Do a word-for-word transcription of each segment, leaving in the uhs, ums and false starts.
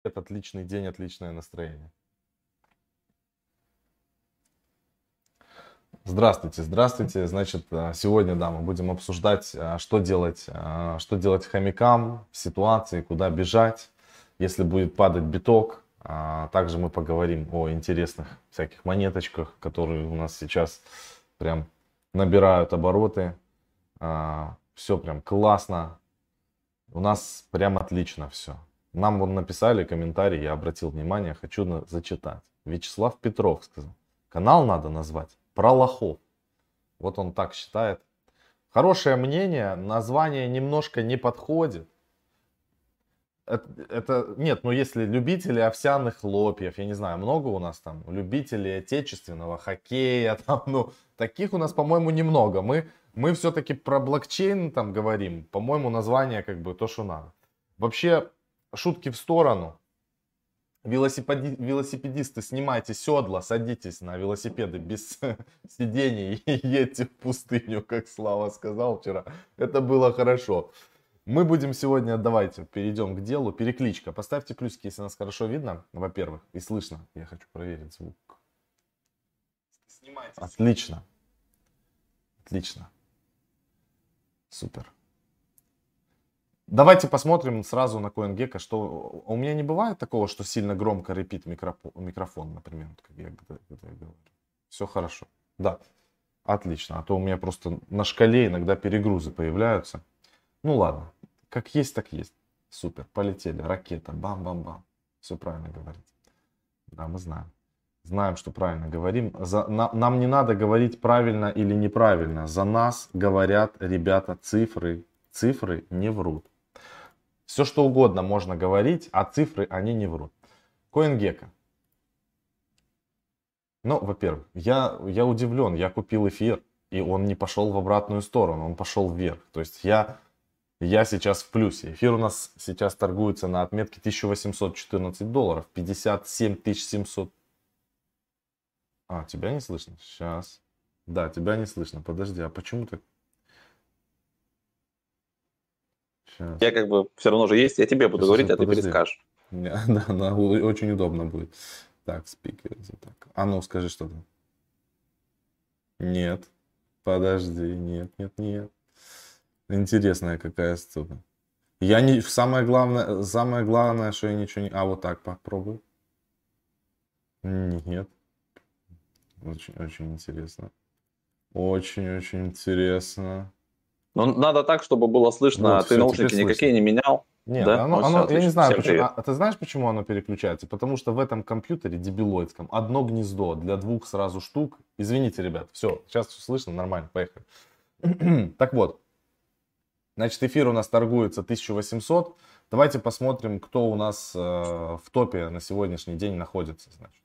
Это отличный день, отличное настроение. Здравствуйте, здравствуйте. Значит, сегодня, да, мы будем обсуждать, что делать, что делать хомякам в ситуации, куда бежать, если будет падать биток. Также мы поговорим о интересных всяких монеточках, которые у нас сейчас прям набирают обороты. Все прям классно. У нас прям отлично все. Нам вон написали комментарий, я обратил внимание, хочу на, зачитать. Вячеслав Петров сказал, канал надо назвать про лохов. Вот он так считает. Хорошее мнение, название немножко не подходит. Это, это нет, ну если любители овсяных хлопьев, я не знаю, много у нас там любителей отечественного хоккея, там, ну, таких у нас, по-моему, немного. Мы, мы все-таки про блокчейн там говорим, по-моему, название как бы то, что надо. Вообще, шутки в сторону. Велосипеди... Велосипедисты, снимайте седла, садитесь на велосипеды без сидений и едьте в пустыню, как Слава сказал вчера. Это было хорошо. Мы будем сегодня, давайте перейдем к делу. Перекличка. Поставьте плюсики, если нас хорошо видно, во-первых, и слышно. Я хочу проверить звук. Снимайте. Отлично. Отлично. Супер. Давайте посмотрим сразу на CoinGecko, что у меня не бывает такого, что сильно громко репит микрофон, например, как я, когда я говорю. Все хорошо. Да, отлично. А то у меня просто на шкале иногда перегрузы появляются. Ну ладно, как есть, так есть. Супер, полетели, ракета, бам-бам-бам. Все правильно говорите. Да, мы знаем. Знаем, что правильно говорим. За, на, нам не надо говорить правильно или неправильно. За нас говорят ребята цифры. Цифры не врут. Все что угодно можно говорить, а цифры они не врут. CoinGecko. Ну, во-первых, я, я удивлен, я купил эфир, и он не пошел в обратную сторону, он пошел вверх. То есть я, я сейчас в плюсе. Эфир у нас сейчас торгуется на отметке тысяча восемьсот четырнадцать долларов, пятьдесят семь тысяч семьсот. А, тебя не слышно? Сейчас. Да, тебя не слышно. Подожди, а почему ты... Сейчас. Я как бы все равно же есть, я тебе буду Сейчас, говорить, сейчас, а ты подожди. перескажешь. Да, да, очень удобно будет. Так, спикер. Так. А ну, скажи что-то. Нет. Подожди, нет, нет, нет. Интересная какая штука. Я не... Самое главное, самое главное, что я ничего не... А, вот так попробуй. Нет. Очень, очень интересно. Очень-очень интересно. Но надо так, чтобы было слышно, Вот, ты всё, наушники теперь никакие слышно. не менял. Нет, Да? оно, Вот, оно, всё, я не отлично. знаю, Всем почему, привет. а, а ты знаешь, почему оно переключается? Потому что в этом компьютере дебилоидском одно гнездо для двух сразу штук. Извините, ребят, все, сейчас все слышно, нормально, поехали. Так вот, значит, эфир у нас торгуется тысяча восемьсот. Давайте посмотрим, кто у нас э, в топе на сегодняшний день находится. Значит,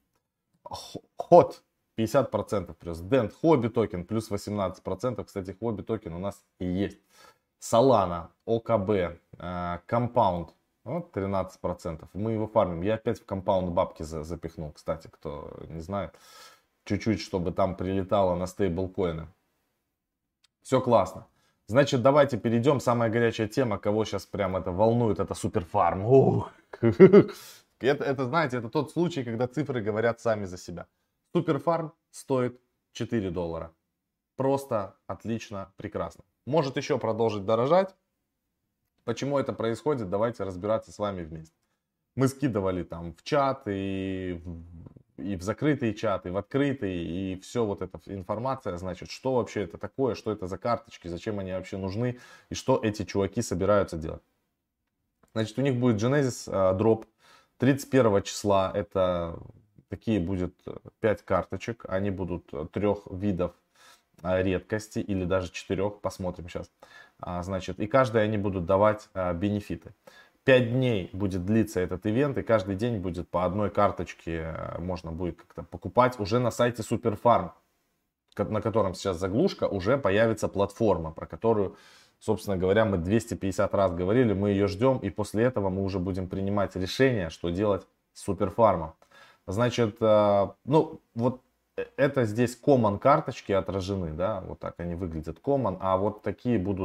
ход пятьдесят процентов плюс, Dent, Hobby токен плюс восемнадцать процентов. Кстати, Hobby токен у нас и есть. Solana, о ка бэ, э, Compound, вот тринадцать процентов. Мы его фармим. Я опять в Compound бабки за, запихнул, кстати, кто не знает. Чуть-чуть, чтобы там прилетало на стейблкоины. Все классно. Значит, давайте перейдем. Самая горячая тема, кого сейчас прям это волнует, это суперфарм. Это, это, знаете, это тот случай, когда цифры говорят сами за себя. Суперфарм стоит четыре доллара. Просто отлично, прекрасно. Может еще продолжить дорожать. Почему это происходит, давайте разбираться с вами вместе. Мы скидывали там в чат, и в, и в закрытый чат, и в открытый, и все вот эта информация, значит, что вообще это такое, что это за карточки, зачем они вообще нужны, и что эти чуваки собираются делать. Значит, у них будет Genesis uh, дроп тридцать первого числа, это такие будет пять карточек, они будут трех видов редкости или даже четырех, посмотрим сейчас. А, значит, и каждый они будут давать а, бенефиты. пять дней будет длиться этот ивент, и каждый день будет по одной карточке, а, можно будет как-то покупать. Уже на сайте Суперфарм, на котором сейчас заглушка, уже появится платформа, про которую, собственно говоря, мы двести пятьдесят раз говорили, мы ее ждем, и после этого мы уже будем принимать решение, что делать с Суперфармом. Значит, а, ну, вот это здесь common карточки отражены, да, вот так они выглядят common, а вот такие будут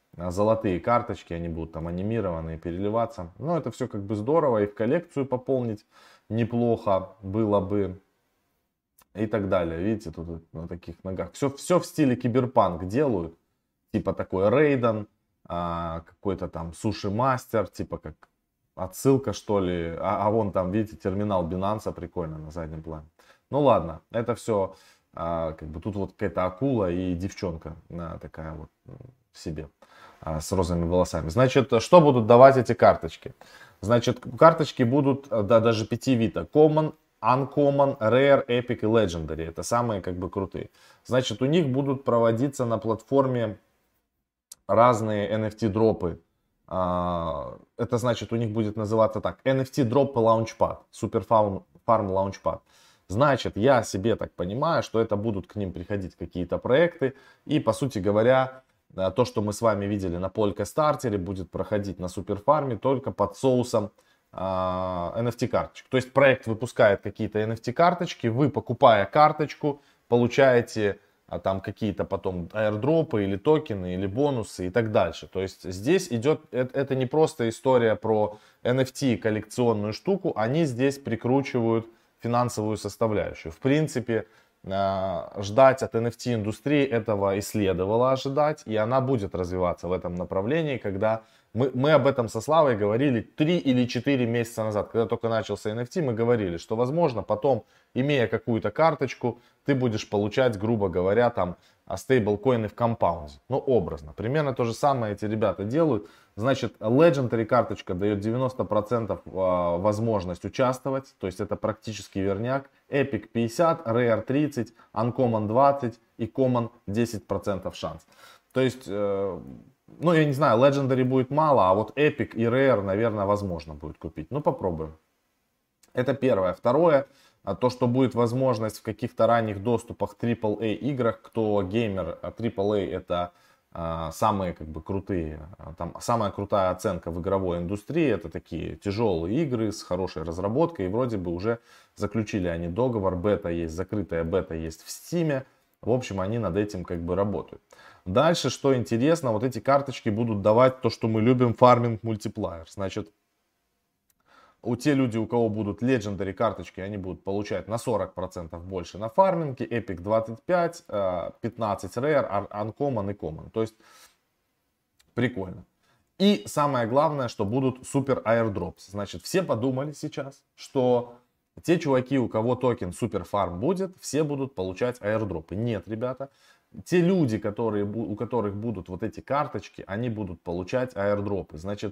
золотые карточки, они будут там анимированные, переливаться. Но это все как бы здорово, и в коллекцию пополнить неплохо было бы. И так далее. Видите, тут на таких ногах. Все, все в стиле киберпанк делают. Типа такой Рейден, а, какой-то там Суши Мастер, типа как отсылка что ли. А, а вон там, видите, терминал Binance прикольно на заднем плане. Ну ладно, это все, а, как бы тут вот какая-то акула и девчонка а, такая вот в себе а, с розовыми волосами. Значит, что будут давать эти карточки? Значит, карточки будут, да, даже пяти вида. Common, Uncommon, Rare, Epic и Legendary. Это самые как бы крутые. Значит, у них будут проводиться на платформе разные эн эф ти-дропы. Это значит, у них будет называться так. эн эф ти-дроп Launchpad. Super Farm, Farm Launchpad. Значит, я себе так понимаю, что это будут к ним приходить какие-то проекты. И, по сути говоря, то, что мы с вами видели на Polka Starter, будет проходить на Суперфарме только под соусом эн эф ти-карточек. То есть проект выпускает какие-то эн эф ти-карточки, вы, покупая карточку, получаете а, там какие-то потом аирдропы или токены, или бонусы и так дальше. То есть здесь идет, это, это не просто история про эн эф ти коллекционную штуку, они здесь прикручивают финансовую составляющую. В принципе, ждать от эн эф ти индустрии этого и следовало ожидать, и она будет развиваться в этом направлении, когда мы, мы об этом со Славой говорили три или четыре месяца назад, когда только начался эн эф ти, мы говорили, что возможно потом, имея какую-то карточку, ты будешь получать, грубо говоря, там стейблкоины в компаунде. Ну, образно. Примерно то же самое эти ребята делают. Значит, Legendary карточка дает девяносто процентов возможность участвовать, то есть это практически верняк. Epic пятьдесят, Rare тридцать, Uncommon двадцать и Common десять процентов шанс. То есть, э, ну я не знаю, Legendary будет мало, а вот Epic и Rare, наверное, возможно будет купить. Ну попробуем. Это первое. Второе, то, что будет возможность в каких-то ранних доступах трипл эй играх, кто геймер, трипл эй это а, самые как бы крутые, там самая крутая оценка в игровой индустрии, это такие тяжелые игры с хорошей разработкой, и вроде бы уже заключили они договор, бета есть, закрытая бета есть в Steam, в общем они над этим как бы работают. Дальше, что интересно, вот эти карточки будут давать то, что мы любим, фарминг мультиплеер, значит, у те люди, у кого будут Legendary карточки, они будут получать на сорок процентов больше на фарминге, Epic двадцать пять, пятнадцать Rare, Uncommon и Common. То есть прикольно. И самое главное, что будут супер airdrops. Значит, все подумали сейчас, что те чуваки, у кого токен Super Farm будет, все будут получать airdropы. Нет, ребята. Те люди, которые, у которых будут вот эти карточки, они будут получать airdropы. Значит,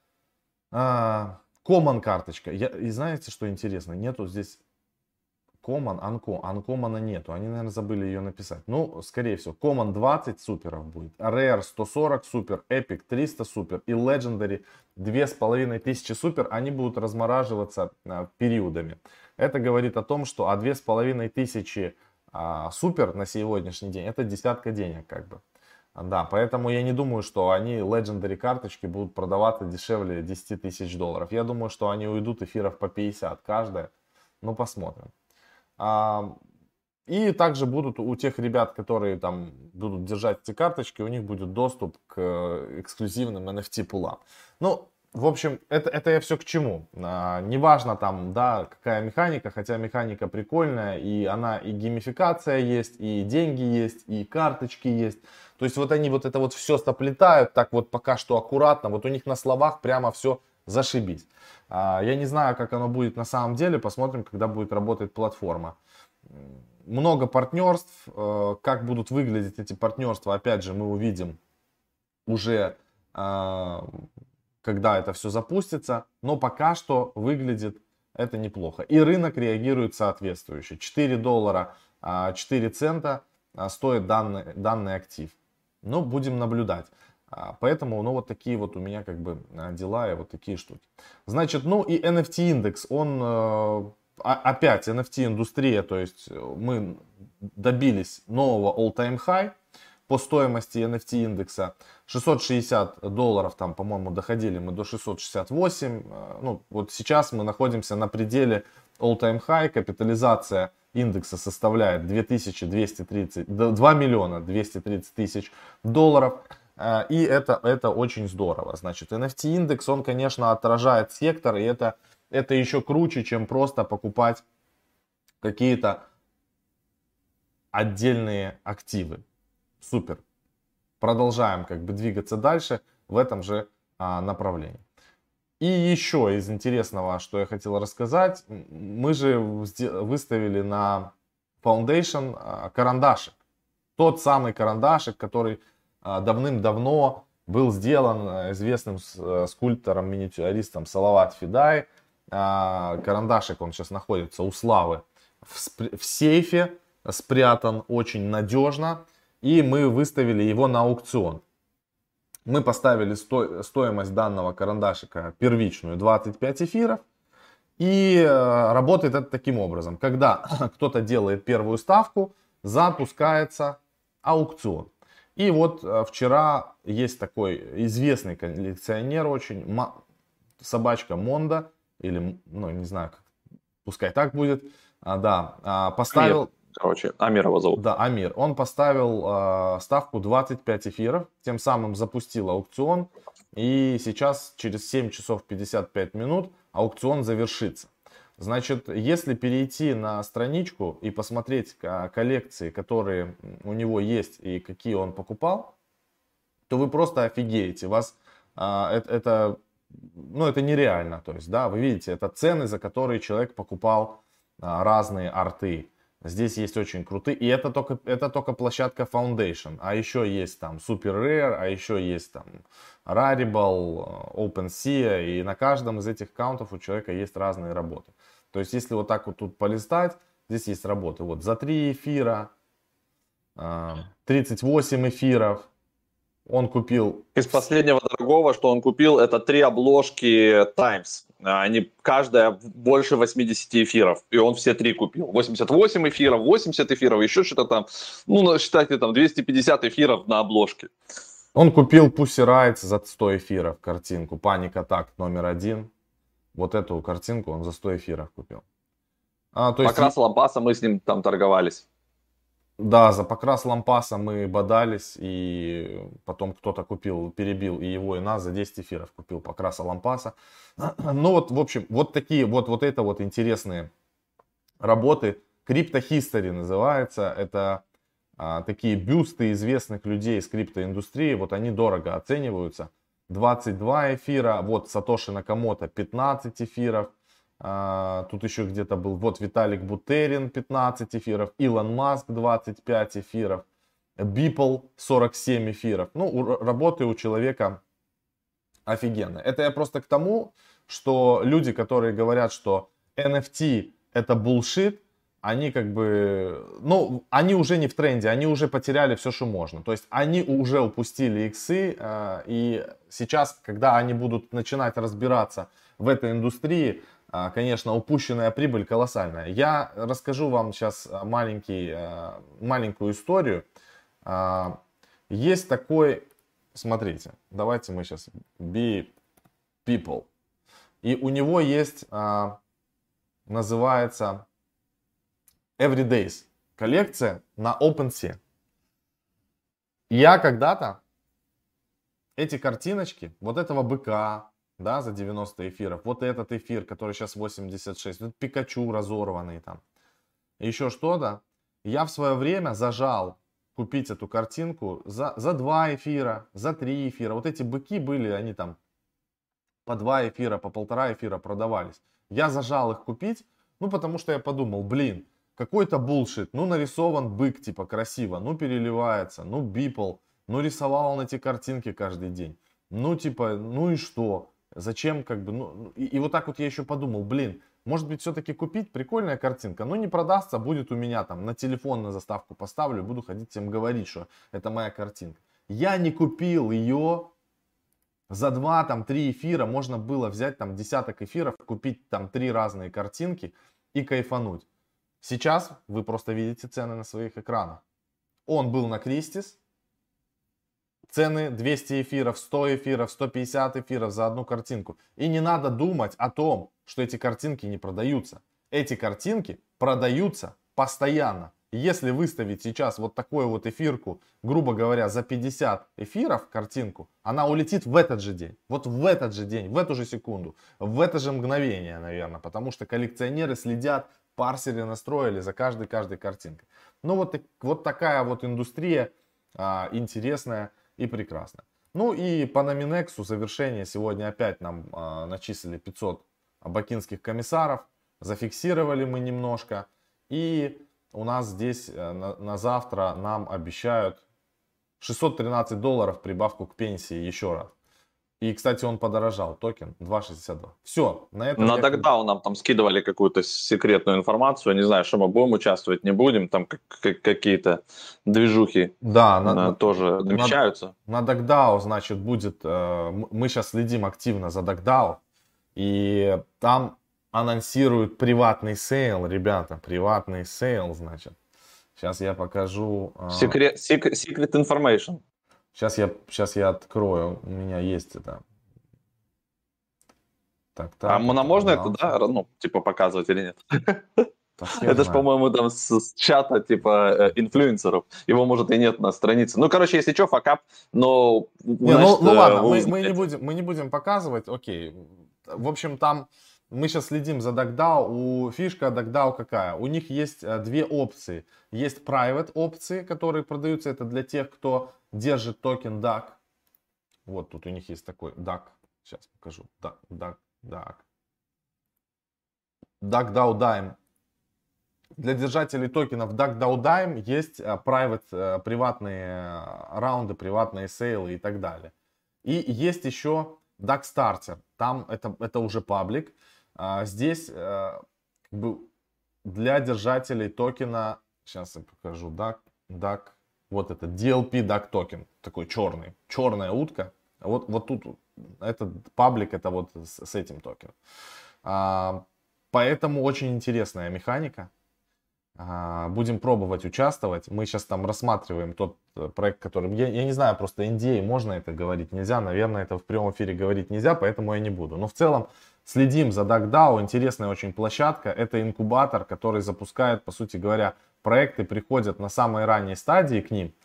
Common карточка. Я, и знаете, что интересно? Нету здесь Common, Uncommon. Uncommon нету. Они, наверное, забыли ее написать. Ну, скорее всего, Common двадцать суперов будет. Rare сто сорок супер. Epic триста супер. И Legendary две с половиной тысячи супер. Они будут размораживаться а, периодами. Это говорит о том, что а две с половиной тысячи а, супер на сегодняшний день это десятка денег как бы. Да, поэтому я не думаю, что они Legendary карточки будут продаваться дешевле десяти тысяч долларов. Я думаю, что они уйдут эфиров по пятьдесят каждая. Ну, посмотрим. А, и также будут у тех ребят, которые там будут держать эти карточки, у них будет доступ к эксклюзивным эн эф ти-пулам. Ну, в общем, это, это я все к чему. А, неважно там, да, какая механика, хотя механика прикольная, и она и геймификация есть, и деньги есть, и карточки есть. То есть вот они вот это вот все соплетают, так вот пока что аккуратно, вот у них на словах прямо все зашибись. А, я не знаю, как оно будет на самом деле, посмотрим, когда будет работать платформа. Много партнерств, э, как будут выглядеть эти партнерства, опять же, мы увидим уже... Э, когда это все запустится, но пока что выглядит это неплохо. И рынок реагирует соответствующе. четыре доллара четыре цента стоит данный, данный актив. Но будем наблюдать. Поэтому, ну, вот такие вот у меня как бы дела и вот такие штуки. Значит, ну и эн эф ти индекс, он опять эн эф ти индустрия, то есть мы добились нового all-time high. По стоимости эн эф ти индекса шестьсот шестьдесят долларов, там, по-моему, доходили мы до шестьсот шестьдесят восемь. Ну, вот сейчас мы находимся на пределе all-time high. Капитализация индекса составляет две тысячи двести тридцать, два миллиона двести тридцать тысяч долларов. И это, это очень здорово. Значит, эн эф ти индекс, он, конечно, отражает сектор, и это, это еще круче, чем просто покупать какие-то отдельные активы. Супер. Продолжаем как бы двигаться дальше в этом же а, направлении. И еще из интересного, что я хотел рассказать, мы же выставили на Foundation а, карандашик. Тот самый карандашик, который а, давным-давно был сделан известным скульптором-миниатюристом Салават Федай. А, карандашик, он сейчас находится у Славы в, в сейфе, спрятан очень надежно. И мы выставили его на аукцион. Мы поставили сто, стоимость данного карандашика первичную двадцать пять эфиров. И э, работает это таким образом. Когда кто-то делает первую ставку, запускается аукцион. И вот э, вчера есть такой известный коллекционер очень, ма, собачка Монда, или, ну не знаю, как, пускай так будет, а, да, а, поставил... Амир, короче, Амир его зовут. Да, Амир. Он поставил э, ставку двадцать пять эфиров, тем самым запустил аукцион. И сейчас через семь часов пятьдесят пять минут аукцион завершится. Значит, если перейти на страничку и посмотреть коллекции, которые у него есть и какие он покупал, то вы просто офигеете. Вас э, это, это, ну, это нереально. То есть, да, вы видите, это цены, за которые человек покупал э, разные арты. Здесь есть очень крутые, и это только, это только площадка Foundation, а еще есть там Super Rare, а еще есть там Rarible, OpenSea, и на каждом из этих аккаунтов у человека есть разные работы. То есть если вот так вот тут полистать, здесь есть работы вот за три эфира, тридцать восемь эфиров. Он купил... Из последнего дорогого, что он купил, это три обложки Times. Они, каждая больше восемьдесят эфиров. И он все три купил. восемьдесят восемь эфиров, восемьдесят эфиров, еще что-то там. Ну, считайте, там двести пятьдесят эфиров на обложке. Он купил Pussy Riot за сто эфиров картинку. Panic Attack номер один. Вот эту картинку он за сто эфиров купил. А, то есть... Покрас лампаса мы с ним там торговались. Да, за покрас лампаса мы бодались, и потом кто-то купил, перебил и его, и нас за десять эфиров купил покраса лампаса. Ну вот, в общем, вот такие вот, вот это вот интересные работы. Crypto History называется. Это а, такие бюсты известных людей из криптоиндустрии. Вот они дорого оцениваются. двадцать два эфира, вот Сатоши Накамото пятнадцать эфиров. Uh, тут еще где-то был, вот Виталик Бутерин пятнадцать эфиров, Илон Маск двадцать пять эфиров, Бипл сорок семь эфиров. Ну, у, работы у человека офигенные. Это я просто к тому, что люди, которые говорят, что эн эф ти это bullshit, они как бы, ну, они уже не в тренде, они уже потеряли все, что можно. То есть они уже упустили иксы, uh, и сейчас, когда они будут начинать разбираться в этой индустрии, конечно, упущенная прибыль колоссальная. Я расскажу вам сейчас маленький, маленькую историю. Есть такой, смотрите, давайте мы сейчас Be People. И у него есть, называется Everydays коллекция на OpenSea. Я когда-то эти картиночки, вот этого быка, да, за девяносто эфиров, вот этот эфир, который сейчас восемьдесят шесть, вот Пикачу разорванный там, еще что-то, я в свое время зажал купить эту картинку за, за два эфира, за три эфира. Вот эти быки были, они там по два эфира, по полтора эфира продавались. Я зажал их купить, ну потому что я подумал, блин, какой-то булшит, ну нарисован бык типа красиво, ну переливается, ну бипл, ну рисовал он эти картинки каждый день, ну типа, ну и что? Зачем как бы, ну, и, и вот так вот я еще подумал, блин, может быть все-таки купить, прикольная картинка, ну не продастся, будет у меня там, на телефон на заставку поставлю, буду ходить всем говорить, что это моя картинка. Я не купил ее, за два, там, три эфира можно было взять там десяток эфиров, купить там три разные картинки и кайфануть. Сейчас вы просто видите цены на своих экранах. Он был на Кристис. Цены двести эфиров, сто эфиров, сто пятьдесят эфиров за одну картинку. И не надо думать о том, что эти картинки не продаются. Эти картинки продаются постоянно. Если выставить сейчас вот такую вот эфирку, грубо говоря, за пятьдесят эфиров картинку, она улетит в этот же день. Вот в этот же день, в эту же секунду, в это же мгновение, наверное. Потому что коллекционеры следят, парсеры настроили за каждой-каждой картинкой. Ну вот, вот такая вот индустрия а, интересная и прекрасная. Ну и по Nominex завершение сегодня опять нам а, начислили пятьсот бакинских комиссаров. Зафиксировали мы немножко. И у нас здесь на, на завтра нам обещают шестьсот тринадцать долларов прибавку к пенсии еще раз. И, кстати, он подорожал, токен два шестьдесят два. Все, на этом... На я... Дагдау нам там скидывали какую-то секретную информацию. Не знаю, что мы будем участвовать, не будем. Там какие-то движухи да, на, тоже намечаются. На, на Дагдау, значит, будет... Мы сейчас следим активно за Дагдау. И там анонсируют приватный сейл, ребята. Приватный сейл, значит. Сейчас я покажу... Secret, secret, secret information. Сейчас я, сейчас я открою. У меня есть это. Так, так, а нам можно да. это, да, ну, типа показывать или нет? Это же, по-моему, там с, с чата, типа, инфлюенсеров. Его, может, и нет на странице. Ну, короче, если что, факап, но... Не, значит, ну, ну ладно, мы, мы, не будем, мы не будем показывать, окей. В общем, там мы сейчас следим за Dagdao. У фишка Dagdao какая? У них есть две опции. Есть private опции, которые продаются. Это для тех, кто держит токен даг. Вот тут у них есть такой даг. Сейчас покажу. даг, даг, даг. Dagdao Dime. Для держателей токенов Dagdao Dime есть private, приватные раунды, приватные сейлы и так далее. И есть еще Dag Starter. Там это, это уже паблик. Здесь как бы для держателей токена, сейчас я покажу, Dag, Dag, вот это ди эл пи Dag токен, такой черный, черная утка. Вот, вот тут этот паблик, это вот с, с этим токеном. А, поэтому очень интересная механика. А, будем пробовать участвовать. Мы сейчас там рассматриваем тот проект, который... Я, я не знаю, просто эн ди эй, можно это говорить, нельзя. Наверное, это в прямом эфире говорить нельзя, поэтому я не буду. Но в целом следим за Dagdao. Интересная очень площадка. Это инкубатор, который запускает, по сути говоря, проекты, приходят на самые ранние стадии к ним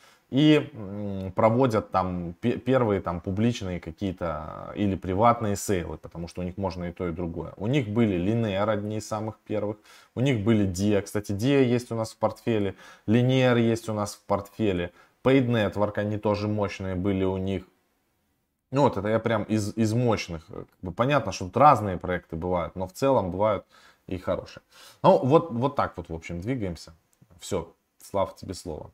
и проводят там первые там публичные какие-то или приватные сейлы, потому что у них можно и то, и другое. У них были Linear, одни из самых первых, у них были Dia, кстати, Dia есть у нас в портфеле, Linear есть у нас в портфеле, Paid Network, они тоже мощные были у них. Ну вот это я прям из, из мощных. Как бы понятно, что тут разные проекты бывают, но в целом бывают и хорошие. Ну вот, вот так вот, в общем, двигаемся. Все, Слав, тебе слово.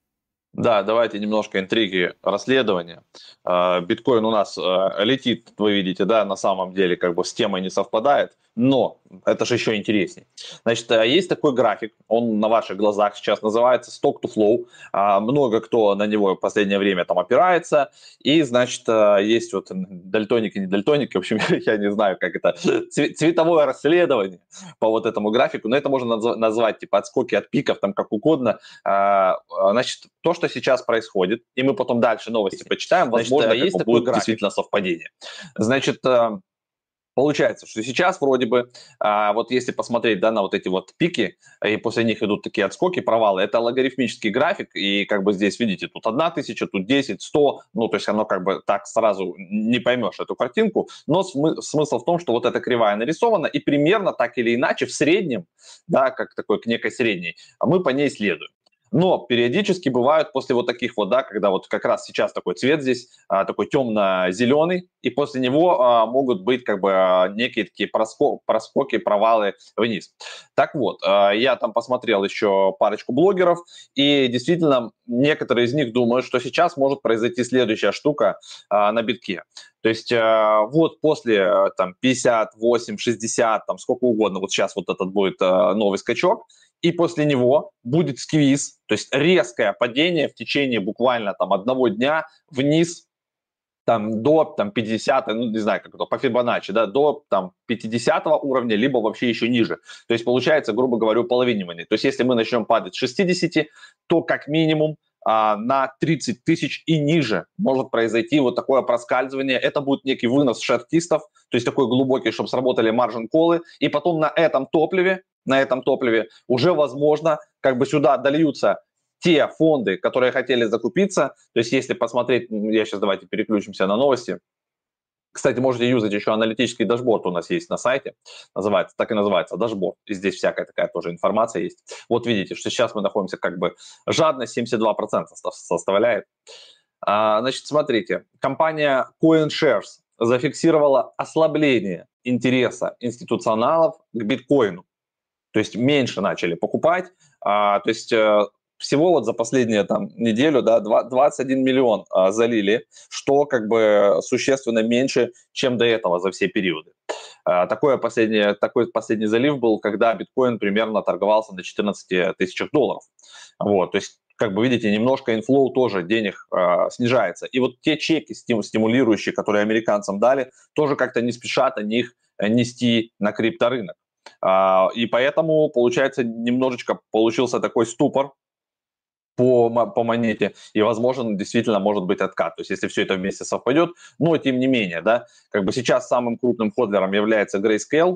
Да, давайте немножко интриги расследования. Биткоин у нас летит, вы видите, да, на самом деле как бы с темой не совпадает, но это же еще интереснее. Значит, есть такой график, он на ваших глазах сейчас называется Stock to Flow. Много кто на него в последнее время там опирается, и, значит, есть вот дальтоники, не дальтоники, в общем, я не знаю, как это, цветовое расследование по вот этому графику, но это можно назвать типа отскоки от пиков, там как угодно. Значит, то, что сейчас происходит, и мы потом дальше новости почитаем, возможно, Значит, есть такое будет действительно совпадение. Значит, получается, что сейчас вроде бы, вот если посмотреть, да, на вот эти вот пики, и после них идут такие отскоки, провалы, это логарифмический график, и как бы здесь, видите, тут одна тысяча, тут десять, сто, ну, то есть оно как бы так сразу не поймешь эту картинку, но смы- смысл в том, что вот эта кривая нарисована, и примерно так или иначе в среднем, да, как такой к некой средней, мы по ней следуем. Но периодически бывают после вот таких вот, да, когда вот как раз сейчас такой цвет здесь, а, такой темно-зеленый, и после него а, могут быть как бы а, некие такие проско- проскоки, провалы вниз. Так вот, а, я там посмотрел еще парочку блогеров, и действительно некоторые из них думают, что сейчас может произойти следующая штука а, на битке. То есть а, вот после а, там пятьдесят восемь, шестьдесят, там сколько угодно, вот сейчас вот этот будет а, новый скачок, и после него будет сквиз, то есть резкое падение в течение буквально там одного дня вниз там, до там, пятидесятого, ну не знаю, как это, по Фибоначчи, да, до там, пятидесятого уровня, либо вообще еще ниже. То есть получается, грубо говоря, половинивание. То есть если мы начнем падать с шестидесяти, то как минимум а, на тридцать тысяч и ниже может произойти вот такое проскальзывание. Это будет некий вынос шортистов, то есть такой глубокий, чтобы сработали маржин-колы, и потом на этом топливе на этом топливе, уже, возможно, как бы сюда дольются те фонды, которые хотели закупиться. То есть если посмотреть, я сейчас давайте переключимся на новости. Кстати, можете юзать еще аналитический дашборд у нас есть на сайте, называется, так и называется, дашборд. И здесь всякая такая тоже информация есть. Вот видите, что сейчас мы находимся как бы жадность семьдесят два процента составляет. А, значит, смотрите, компания CoinShares зафиксировала ослабление интереса институционалов к биткоину. То есть меньше начали покупать. А, то есть всего вот за последнюю там неделю, да, двадцать один миллион а, залили, что как бы существенно меньше, чем до этого за все периоды. А, такое последнее, такой последний залив был, когда биткоин примерно торговался на четырнадцати тысячах долларов. Вот, то есть, как бы видите, немножко инфлоу тоже денег а, снижается. И вот те чеки стимулирующие, которые американцам дали, тоже как-то не спешат о них нести на крипторынок. А, и поэтому, получается, немножечко получился такой ступор по, по монете, и, возможно, действительно может быть откат. То есть, если все это вместе совпадет, но тем не менее, да, как бы сейчас самым крупным ходлером является Grayscale,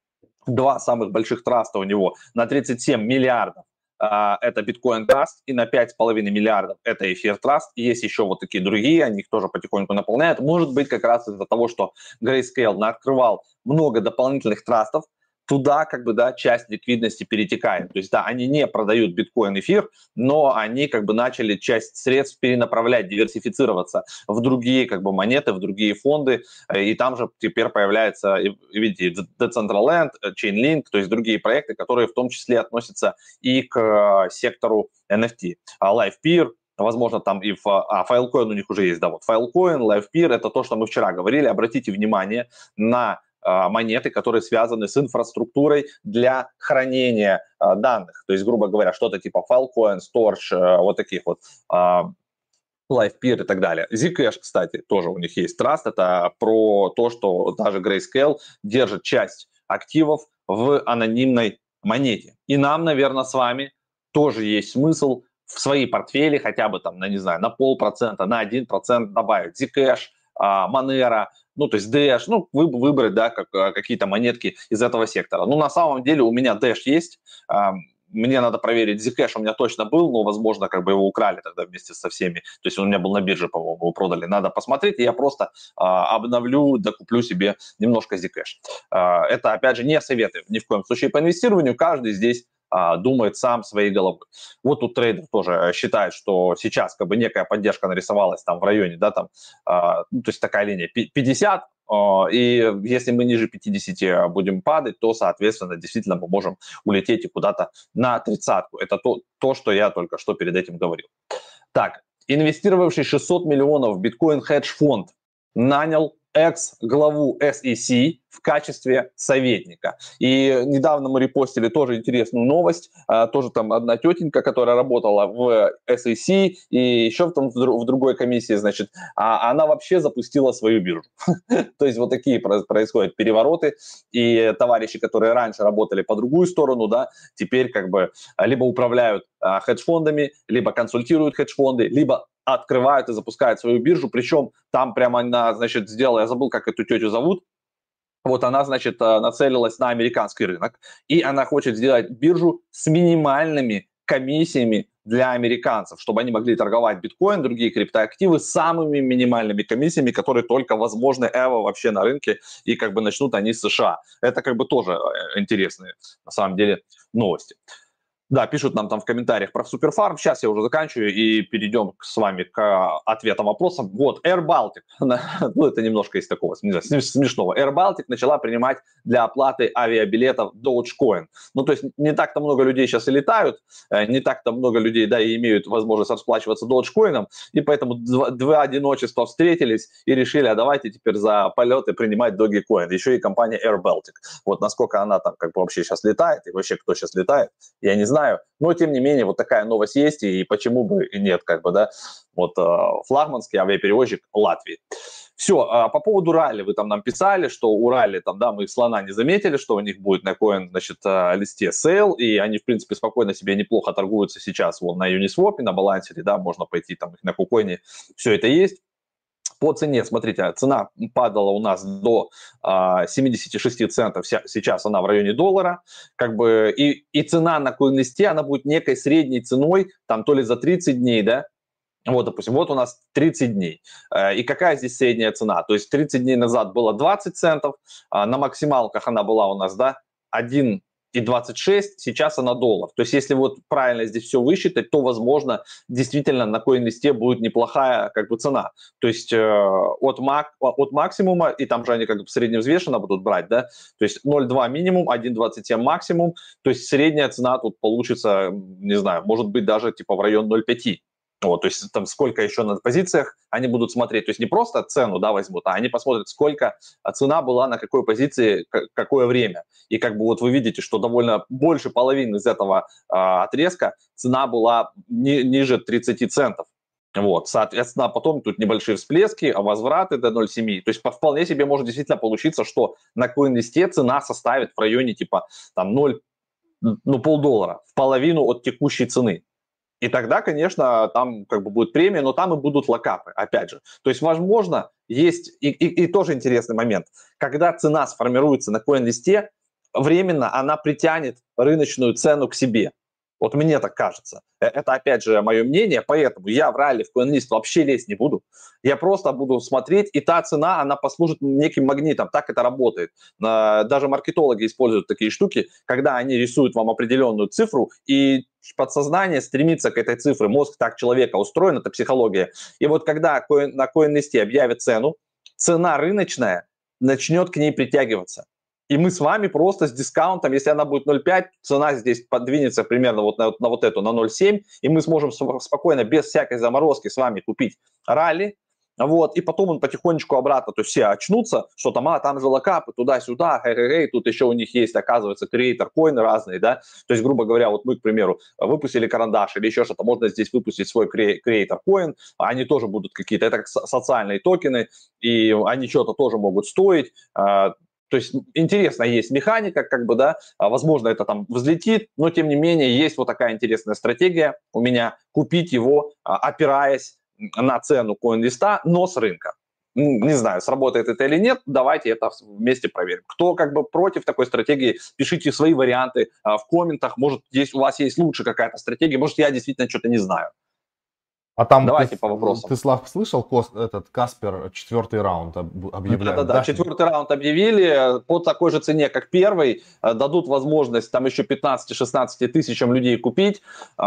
два самых больших траста у него на тридцать семь миллиардов. Uh, это Bitcoin Trust, и на пять с половиной миллиардов это Ether Trust. И есть еще вот такие другие, они их тоже потихоньку наполняют. Может быть, как раз из-за того, что Grayscale открывал много дополнительных трастов, туда как бы, да, часть ликвидности перетекает. То есть, да, они не продают биткоин, эфир, но они как бы начали часть средств перенаправлять, диверсифицироваться в другие как бы монеты, в другие фонды. И там же теперь появляется, видите, Decentraland, Chainlink, то есть другие проекты, которые в том числе относятся и к сектору эн эф ти. LivePeer, возможно, там и в... А, Filecoin у них уже есть, да, вот Filecoin, LivePeer, это то, что мы вчера говорили. Обратите внимание на монеты, которые связаны с инфраструктурой для хранения а, данных. То есть, грубо говоря, что-то типа Filecoin, Storage, а, вот таких вот, а, LivePeer и так далее. Zcash, кстати, тоже у них есть траст. Это про то, что даже Grayscale держит часть активов в анонимной монете. И нам, наверное, с вами тоже есть смысл в свои портфели хотя бы там, на, не знаю, на полпроцента, на один процент добавить Zcash, Monero, ну, то есть Dash, ну, выбрать, да, как, какие-то монетки из этого сектора. Ну, на самом деле у меня Dash есть, мне надо проверить, Zcash у меня точно был, но, возможно, как бы его украли тогда вместе со всеми, то есть он у меня был на бирже, по-моему, его продали, надо посмотреть, и я просто а, обновлю, докуплю себе немножко Zcash. А, это, опять же, не советы ни в коем случае по инвестированию, каждый здесь а, думает сам своей головой. Вот тут трейдер тоже считает, что сейчас как бы некая поддержка нарисовалась там в районе, да, там, а, ну, то есть такая линия пятьдесят, и если мы ниже пятидесяти будем падать, то, соответственно, действительно мы можем улететь и куда-то на тридцатку. Это то, то, что я только что перед этим говорил. Так, инвестировавший шестьсот миллионов в биткоин-хедж-фонд нанял экс-главу эс и си в качестве советника. И недавно мы репостили тоже интересную новость. А, тоже там одна тетенька, которая работала в эс и си и еще там в, в другой комиссии, значит, а, она вообще запустила свою биржу. То есть вот такие происходят перевороты. И товарищи, которые раньше работали по другую сторону, да, теперь как бы либо управляют а, хедж-фондами, либо консультируют хедж-фонды, либо открывают и запускают свою биржу, причем там прямо она, значит, сделала, я забыл, как эту тетю зовут, вот она, значит, нацелилась на американский рынок, и она хочет сделать биржу с минимальными комиссиями для американцев, чтобы они могли торговать биткоин, другие криптоактивы с самыми минимальными комиссиями, которые только возможны эво вообще на рынке, и как бы начнут они с США. Это как бы тоже интересные, на самом деле, новости. Да, пишут нам там в комментариях про Суперфарм. Сейчас я уже заканчиваю и перейдем с вами к ответам вопросам. Вот, Air Baltic, ну это немножко из такого не знаю, смешного. Air Baltic начала принимать для оплаты авиабилетов Dogecoin. Ну то есть не так-то много людей сейчас и летают, не так-то много людей, да, и имеют возможность расплачиваться Dogecoin, и поэтому два, два одиночества встретились и решили, а давайте теперь за полеты принимать Dogecoin. Еще и компания Air Baltic. Вот насколько она там как бы вообще сейчас летает, и вообще кто сейчас летает, я не знаю. Знаю, но тем не менее вот такая новость есть, и почему бы и нет, как бы, да, вот флагманский авиаперевозчик Латвии. Все, по поводу ралли вы там нам писали, что у ралли там, да, мы слона не заметили, что у них будет на коин, значит, листе сейл, и они, в принципе, спокойно себе неплохо торгуются сейчас вот на Uniswap, на балансере, да, можно пойти там их на кукоине, все это есть. по цене, смотрите, цена падала у нас до а, семьдесят шесть центов, сейчас она в районе доллара, как бы, и, и цена на CoinList, она будет некой средней ценой, там то ли за тридцать дней, да, вот, допустим, вот у нас тридцать дней. И какая здесь средняя цена? То есть тридцать дней назад было двадцать центов, на максималках она была у нас, да, один и двадцать шесть, сейчас она доллар. То есть если вот правильно здесь все высчитать, то, возможно, действительно на CoinList будет неплохая как бы цена. То есть э, от, мак, от максимума, и там же они как бы средневзвешенно будут брать, да, то есть ноль целых два минимум, один целых двадцать семь максимум, то есть средняя цена тут получится, не знаю, может быть даже типа в район ноль целых пять. Вот, то есть там сколько еще на позициях они будут смотреть, то есть не просто цену, да, возьмут, а они посмотрят, сколько цена была на какой позиции, какое время. И как бы вот вы видите, что довольно больше половины из этого а, отрезка цена была ни, ниже тридцати центов. Вот, соответственно, потом тут небольшие всплески, возвраты до ноль целых семь. То есть вполне себе может действительно получиться, что на CoinList цена составит в районе типа там ноль, ну полдоллара, в половину от текущей цены. И тогда, конечно, там как бы будет премия, но там и будут локапы, опять же. То есть, возможно, есть и, и, и тоже интересный момент. Когда цена сформируется на CoinList, временно она притянет рыночную цену к себе. Вот мне так кажется. Это, опять же, мое мнение, поэтому я в ралли в CoinList вообще лезть не буду. Я просто буду смотреть, и та цена, она послужит неким магнитом. Так это работает. Даже маркетологи используют такие штуки, когда они рисуют вам определенную цифру, и подсознание стремится к этой цифре. Мозг так человека устроен, это психология. И вот когда на CoinList объявят цену, цена рыночная начнет к ней притягиваться. И мы с вами просто с дискаунтом, если она будет ноль целых пять, цена здесь подвинется примерно вот на, на вот эту, на ноль целых семь, и мы сможем спокойно, без всякой заморозки с вами купить ралли, вот, и потом он потихонечку обратно, то есть все очнутся, что там, а, там же локапы, туда-сюда, хе-хе-хе, тут еще у них есть, оказывается, креатор-коины разные, да, то есть, грубо говоря, вот мы, к примеру, выпустили карандаш или еще что-то, можно здесь выпустить свой креатор-коин, они тоже будут какие-то, это как социальные токены, и они что-то тоже могут стоить. То есть интересно, есть механика, как бы, да, возможно, это там взлетит, но тем не менее есть вот такая интересная стратегия у меня, купить его, опираясь на цену CoinList, но с рынка. Не знаю, сработает это или нет, давайте это вместе проверим. Кто как бы против такой стратегии, пишите свои варианты в комментах, может, здесь у вас есть лучше какая-то стратегия, может, я действительно что-то не знаю. А там давайте ты, по вопросам. Ты, Слав, слышал, Кос, этот Каспер четвертый раунд объявляет? Да-да-да, четвертый раунд объявили по такой же цене, как первый. Дадут возможность там еще пятнадцати-шестнадцати тысячам людей купить.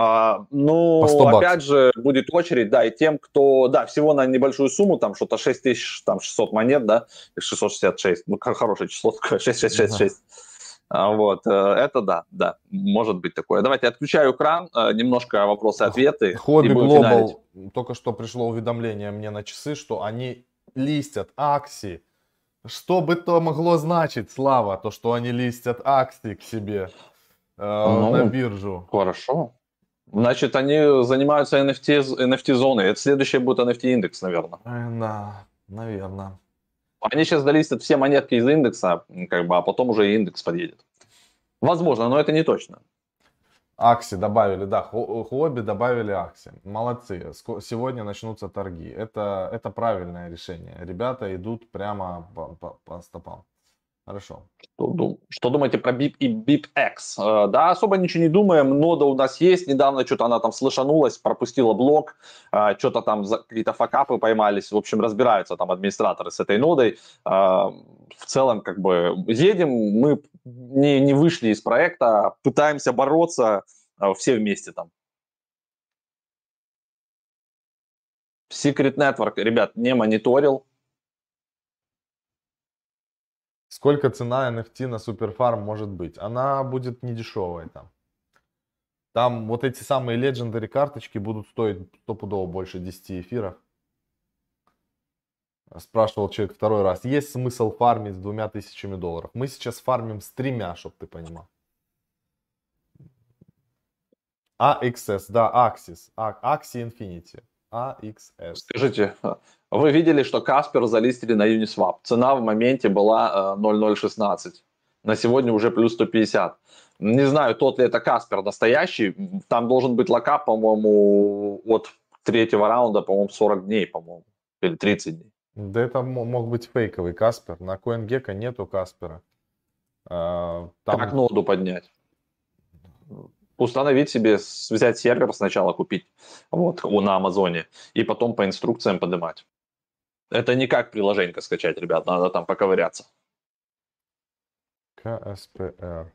Ну, опять же, будет очередь, да, и тем, кто, да, всего на небольшую сумму, там что-то шесть тысяч шестьсот монет, да, шестьсот шестьдесят шесть, ну, хорошее число, шесть шесть шесть шесть. Вот, это да, да, может быть такое. Давайте отключаю экран, немножко вопросы-ответы. Хобби Global, только что пришло уведомление мне на часы, что они листят акции. Что бы то могло значить, Слава, то, что они листят акции к себе э, ну, на биржу? Хорошо. Значит, они занимаются эн эф ти, эн эф ти-зоной. Это следующий будет эн эф ти-индекс, наверное. Да, наверное. Они сейчас долистят все монетки из индекса, как бы, а потом уже и индекс подъедет. Возможно, но это не точно. Акси добавили, да, хобби добавили акси. Молодцы. Сегодня начнутся торги. Это, это правильное решение. Ребята идут прямо по, по, по стопам. Хорошо. Что, что думаете про бип и BipX? Да, особо ничего не думаем. Нода у нас есть. Недавно что-то она там слышанулась, пропустила блок. Что-то там какие-то факапы поймались. В общем, разбираются там администраторы с этой нодой. В целом, как бы, едем. Мы не, не вышли из проекта. Пытаемся бороться все вместе там. Secret Network, ребят, не мониторил. Сколько цена эн эф ти на Суперфарм может быть? Она будет не дешевая там. Там вот эти самые Legendary карточки будут стоить стопудово больше десяти эфиров. Спрашивал человек второй раз. Есть смысл фармить с двумя тысячами долларов? Мы сейчас фармим с тремя, чтобы ты понимал. эй икс эс, да, Axis. Axie Infinity. эй икс эс. Скажите, вы видели, что Каспер залистили на Uniswap? Цена в моменте была ноль целых ноль шестнадцать. На сегодня уже плюс сто пятьдесят. Не знаю, тот ли это Каспер настоящий. Там должен быть локап, по-моему, от третьего раунда, по-моему, сорок дней, по-моему. Или тридцать дней. Да это мо- мог быть фейковый Каспер. На CoinGecko нету Каспера. А, Как Там, ноду поднять? Установить себе, с- взять сервер сначала, купить вот, у- на Амазоне, и потом по инструкциям поднимать. Это не как приложение скачать, ребят, надо там поковыряться. КСПР.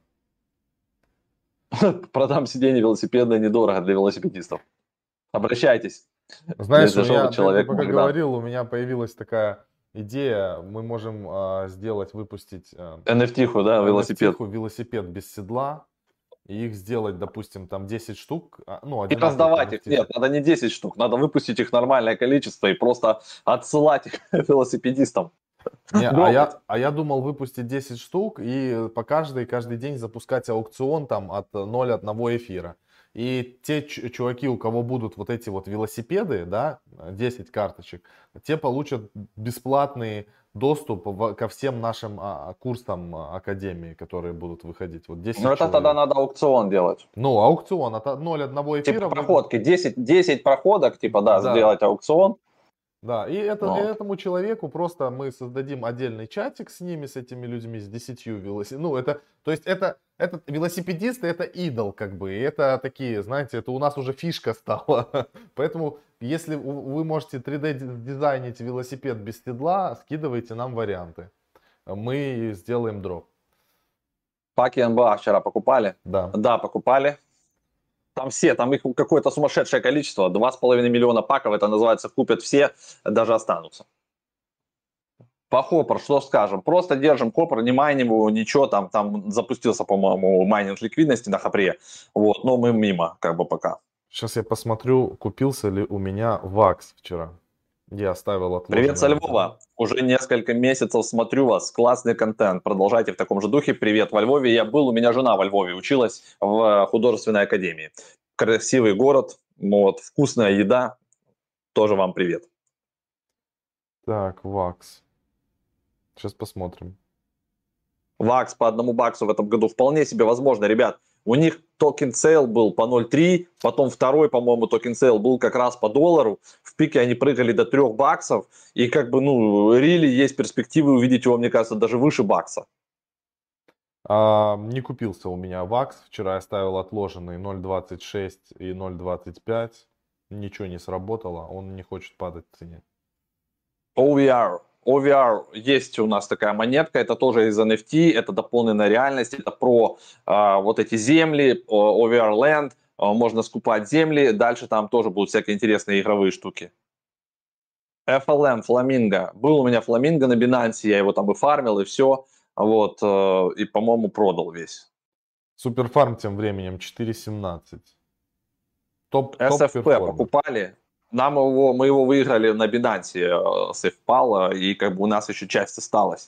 Продам сиденье велосипедное недорого для велосипедистов. Обращайтесь, Знаешь, у если что, меня, вы ты, ты человек пока Богдан. говорил, у меня появилась такая идея. Мы можем а, сделать, выпустить а, эн эф ти-ху, да, эн эф ти велосипед. велосипед без седла. И их сделать, допустим, там десять штук, а, ну, И одинаковых раздавать их. эн эф ти. Нет, надо не десять штук, надо выпустить их нормальное количество и просто отсылать их велосипедистам. Не, а Дропать. я, а я думал выпустить десять штук и по каждой, каждый день запускать аукцион там от ноль целых одного эфира. И те ч- чуваки, у кого будут вот эти вот велосипеды, да, десять карточек, те получат бесплатный доступ в- ко всем нашим а, курсам а, Академии, которые будут выходить. Вот Но десять это тогда человек. надо аукцион делать. Ну, аукцион от ноль целых одного Типа эфира вы... проходки, десять, десять проходок, типа, да, Да, сделать аукцион. да, и это, и Вот. этому человеку просто мы создадим отдельный чатик с ними, с этими людьми, с десятью велосипедами. Ну, это, то есть это, это велосипедисты, это идол, как бы, и это такие, знаете, это у нас уже фишка стала. Поэтому, если у- вы можете три дэ дизайнить велосипед без седла, скидывайте нам варианты. Мы сделаем дроп. Паки эн бэ а вчера покупали? Да. Да, покупали. Там все, там их какое-то сумасшедшее количество. Два с половиной миллиона паков, это называется, купят все, даже останутся. По хоппер, что скажем? Просто держим хоппер, не майним его, ничего, там, там запустился, по-моему, майнинг ликвидности на хопре. Вот, но мы мимо, как бы пока. Сейчас я посмотрю, купился ли у меня вакс вчера. Я оставил Привет со отложенное. Львова. Уже несколько месяцев смотрю вас. Классный контент. Продолжайте в таком же духе. Привет во Львове. Я был, у меня жена во Львове училась в художественной академии. Красивый город, вот, вкусная еда. Тоже вам привет. Так, вакс. Сейчас посмотрим. Вакс по одному баксу в этом году вполне себе возможно, ребят. У них токен сейл был по ноль целых три, потом второй, по-моему, токен сейл был как раз по доллару. В пике они прыгали до трех баксов. И как бы, ну, рили есть перспективы увидеть его, мне кажется, даже выше бакса. А, не купился у меня вакс. Вчера я ставил отложенный ноль целых двадцать шесть и ноль целых двадцать пять. Ничего не сработало. Он не хочет падать в цене. о ви ар. о ви ар есть у нас такая монетка, это тоже из эн эф ти, это дополненная реальность, это про а, вот эти земли, о ви ар Land, а, можно скупать земли, дальше там тоже будут всякие интересные игровые штуки. эф эл эм, Фламинго. Был у меня Фламинго на Binance, я его там и фармил, и все. Вот, э, и, по-моему, продал весь. Суперфарм тем временем четыре семнадцать. Топ, эс топ эф пи перформер. покупали. Нам его, мы его выиграли на Binance э, с эф пал, и как бы у нас еще часть осталась.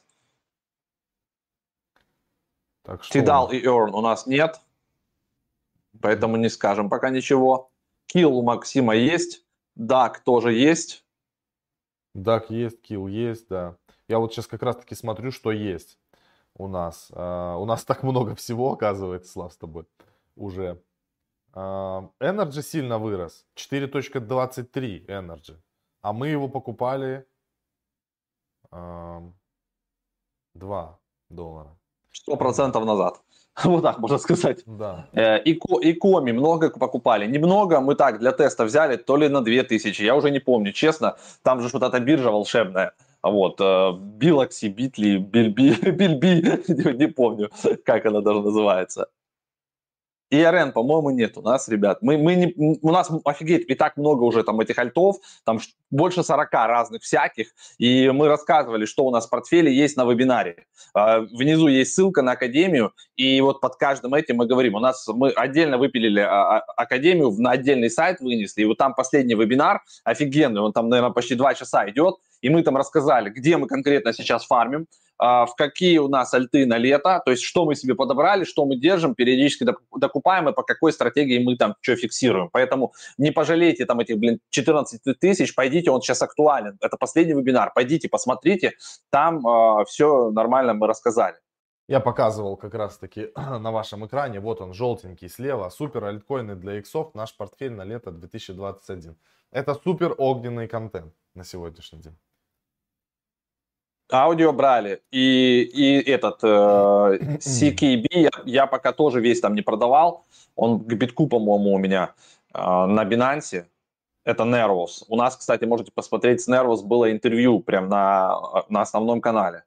Так что у Tidal нас? и Earn у нас нет, поэтому не скажем пока ничего. Kill у Максима есть, дак тоже есть. Дак есть, килл есть, да. Я вот сейчас как раз таки смотрю, что есть у нас. А, у нас так много всего, оказывается, Слав, с тобой уже. А, Energy сильно вырос. четыре двадцать три Energy. А мы его покупали а, два доллара. Сто Понятно. процентов назад. Вот так можно сказать. Да. Э, И, ко- и коми много покупали. Немного, мы так для теста взяли, то ли на две тысячи, я уже не помню, честно. Там же что-то биржа волшебная. Вот, Билокси, Битли, Бильби, Бильби, не помню, как она даже называется. и ар эн, по-моему, нет у нас, ребят. Мы, мы не, у нас, офигеть, и так много уже там этих альтов, там больше сорока разных всяких, и мы рассказывали, что у нас в портфеле есть на вебинаре. Внизу есть ссылка на Академию, и вот под каждым этим мы говорим. У нас мы отдельно выпилили Академию, на отдельный сайт вынесли, и вот там последний вебинар офигенный, он там, наверное, почти два часа идет, и мы там рассказали, где мы конкретно сейчас фармим, в какие у нас альты на лето, то есть что мы себе подобрали, что мы держим, периодически докупаем и по какой стратегии мы там что фиксируем. Поэтому не пожалейте там этих, блин, четырнадцать тысяч, пойдите, он сейчас актуален. Это последний вебинар, пойдите, посмотрите, там э, все нормально мы рассказали. Я показывал как раз таки на вашем экране, вот он желтенький слева, супер альткоины для иксов, наш портфель на лето две тысячи двадцать один. Это супер огненный контент на сегодняшний день. Аудио брали. И, и этот э, си кей би я, я пока тоже весь там не продавал. Он к битку, по-моему, у меня э, на Binance. Это Nervos. У нас, кстати, можете посмотреть, с Nervos было интервью прям на, на основном канале.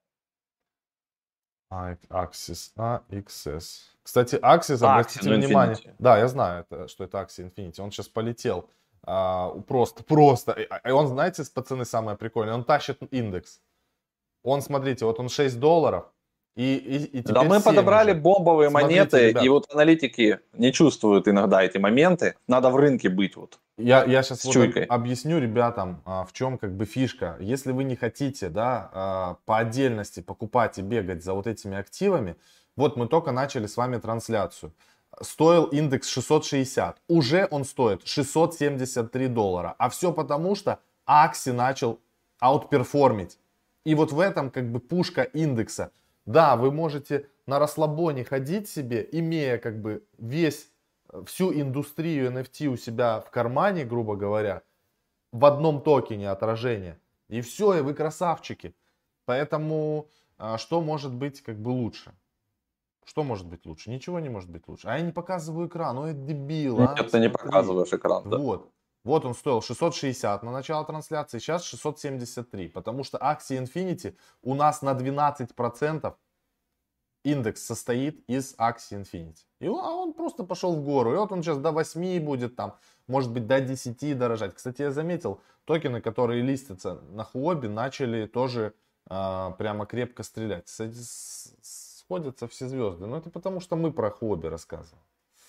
Axis, а икс эс. Кстати, Axis, обратите Axie, ну, внимание. Infinity. Да, я знаю, это, что это Axie Infinity. Он сейчас полетел. А, просто, просто. И он, знаете, пацаны, самое прикольное, он тащит индекс. Он, смотрите, вот он шесть долларов. И, и, и Да мы подобрали уже. бомбовые Смотрите, монеты, ребят. и вот аналитики не чувствуют иногда эти моменты. Надо в рынке быть вот. Я, я сейчас вот чуйкой. объясню ребятам, а, в чем как бы фишка. Если вы не хотите, да, а, по отдельности покупать и бегать за вот этими активами, вот мы только начали с вами трансляцию. Стоил индекс шестьсот шестьдесят, уже он стоит шестьсот семьдесят три доллара. А все потому, что Axie начал аутперформить. И вот в этом как бы пушка индекса. Да, вы можете на расслабоне ходить себе, имея как бы весь, всю индустрию эн эф ти у себя в кармане, грубо говоря, в одном токене отражения. И все, и вы красавчики. Поэтому что может быть как бы лучше? Что может быть лучше? Ничего не может быть лучше. А я не показываю экран, ну это дебил. Нет, а? ты Смотри. не показываешь экран, да. Вот. Вот он стоил шестьсот шестьдесят на начало трансляции, сейчас шестьсот семьдесят три. Потому что Axie Infinity у нас на двенадцать процентов индекс состоит из Axie Infinity. И он, а он просто пошел в гору. И вот он сейчас до восьми будет там, может быть до десяти дорожать. Кстати, я заметил, токены, которые листятся на Huobi, начали тоже а, прямо крепко стрелять. Сходятся все звезды. Но это потому, что мы про Huobi рассказываем.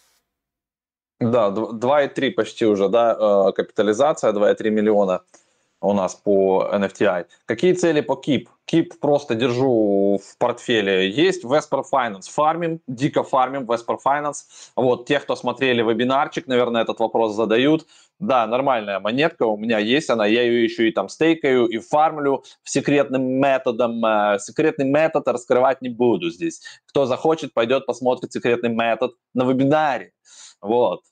Да, два и три почти уже, да, капитализация, два и три миллиона у нас по эн эф ти ай. Какие цели по кип? кип просто держу в портфеле. Есть Vesper Finance. Фармим, дико фармим Vesper Finance. Вот, те, кто смотрели вебинарчик, наверное, этот вопрос задают. Да, нормальная монетка у меня есть, она, я ее еще и там стейкаю, и фармлю секретным методом. Секретный метод раскрывать не буду здесь. Кто захочет, пойдет посмотрит секретный метод на вебинаре. Вот.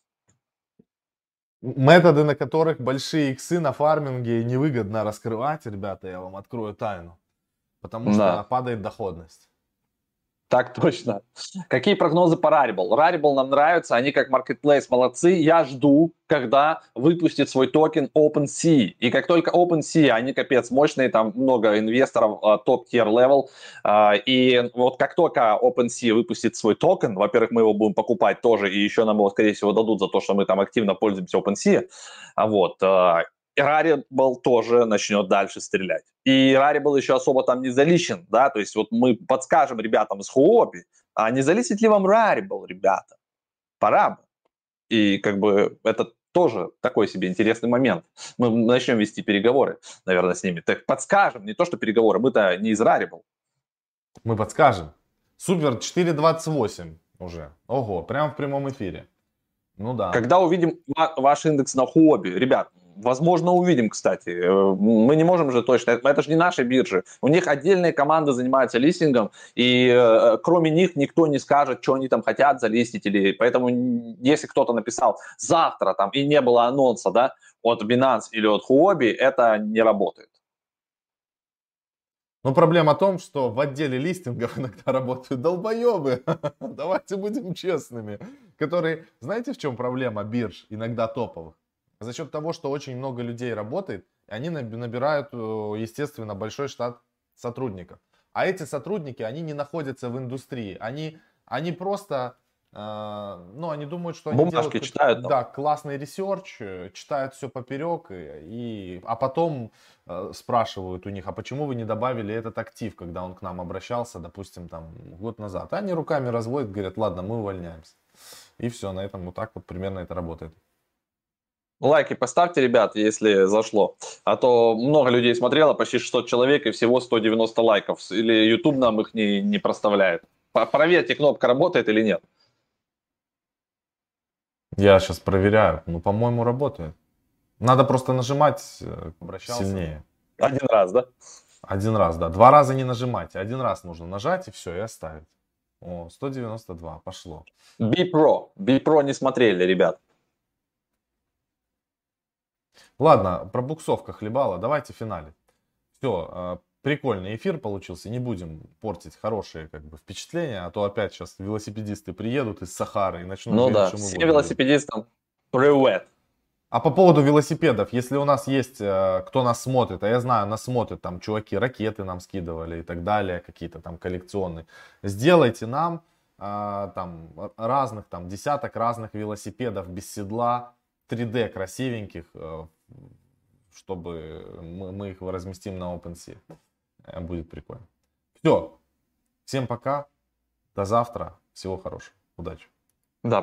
Методы, на которых большие иксы на фарминге невыгодно раскрывать, ребята, я вам открою тайну. Потому что да. падает доходность. Так точно. Какие прогнозы по Rarible? Rarible нам нравится, они как marketplace молодцы. Я жду, когда выпустит свой токен OpenSea. И как только OpenSea, они капец мощные, там много инвесторов, топ-тир левел. И вот как только OpenSea выпустит свой токен, во-первых, мы его будем покупать тоже, и еще нам его, скорее всего, дадут за то, что мы там активно пользуемся OpenSea. Вот. Rarible тоже начнет дальше стрелять. И Rarible еще особо там не заличен, да, то есть вот мы подскажем ребятам из Huobi, а не залисить ли вам Rarible, ребята? Пора бы. И как бы это тоже такой себе интересный момент. Мы начнем вести переговоры, наверное, с ними. Так подскажем, не то что переговоры, мы-то не из Rarible. Мы подскажем. Супер, четыре двадцать восемь уже. Ого, прямо в прямом эфире. Ну да. Когда увидим ваш индекс на Huobi, ребят, возможно, увидим, кстати. Мы не можем же точно. Это же не наши биржи. У них отдельные команды занимаются листингом, и э, кроме них никто не скажет, что они там хотят залистить. Или... Поэтому если кто-то написал завтра там и не было анонса, да, от Binance или от Huobi, это не работает. Но проблема в том, что в отделе листингов иногда работают долбоебы. Давайте будем честными. Которые, знаете, в чем проблема бирж, иногда топовых? За счет того, что очень много людей работает, они набирают, естественно, большой штат сотрудников. А эти сотрудники, они не находятся в индустрии. Они, они просто, э, ну, они думают, что они Бумажки делают читают, да, классный ресерч, читают все поперек, и, а потом э, спрашивают у них, а почему вы не добавили этот актив, когда он к нам обращался, допустим, там год назад. Они руками разводят, говорят, ладно, мы увольняемся. И все, на этом вот так вот примерно это работает. Лайки поставьте, ребят, если зашло. А то много людей смотрело, почти шестьсот человек и всего сто девяносто лайков. Или YouTube нам их не, не проставляет. Проверьте, кнопка работает или нет. Я сейчас проверяю. Ну, по-моему, работает. Надо просто нажимать Обращался. Сильнее. Один раз, да? Один раз, да. Два раза не нажимайте. Один раз нужно нажать и все, и оставить. О, сто девяносто два, пошло. B-Pro. B-Pro не смотрели, ребят. Ладно, про буксовка хлебала, давайте финале. Все, прикольный эфир получился. Не будем портить хорошие как бы впечатления, а то опять сейчас велосипедисты приедут из Сахары и начнут Ну говорить, да, что мы всем вот велосипедистам привет. А по поводу велосипедов, если у нас есть, э, кто нас смотрит, а я знаю, нас смотрят там чуваки, ракеты нам скидывали и так далее, какие-то там коллекционные, сделайте нам э, там разных, там десяток разных велосипедов без седла, три дэ красивеньких, э, чтобы мы, мы их разместим на OpenSea. Э, Будет прикольно. Все, всем пока, до завтра, всего хорошего, удачи.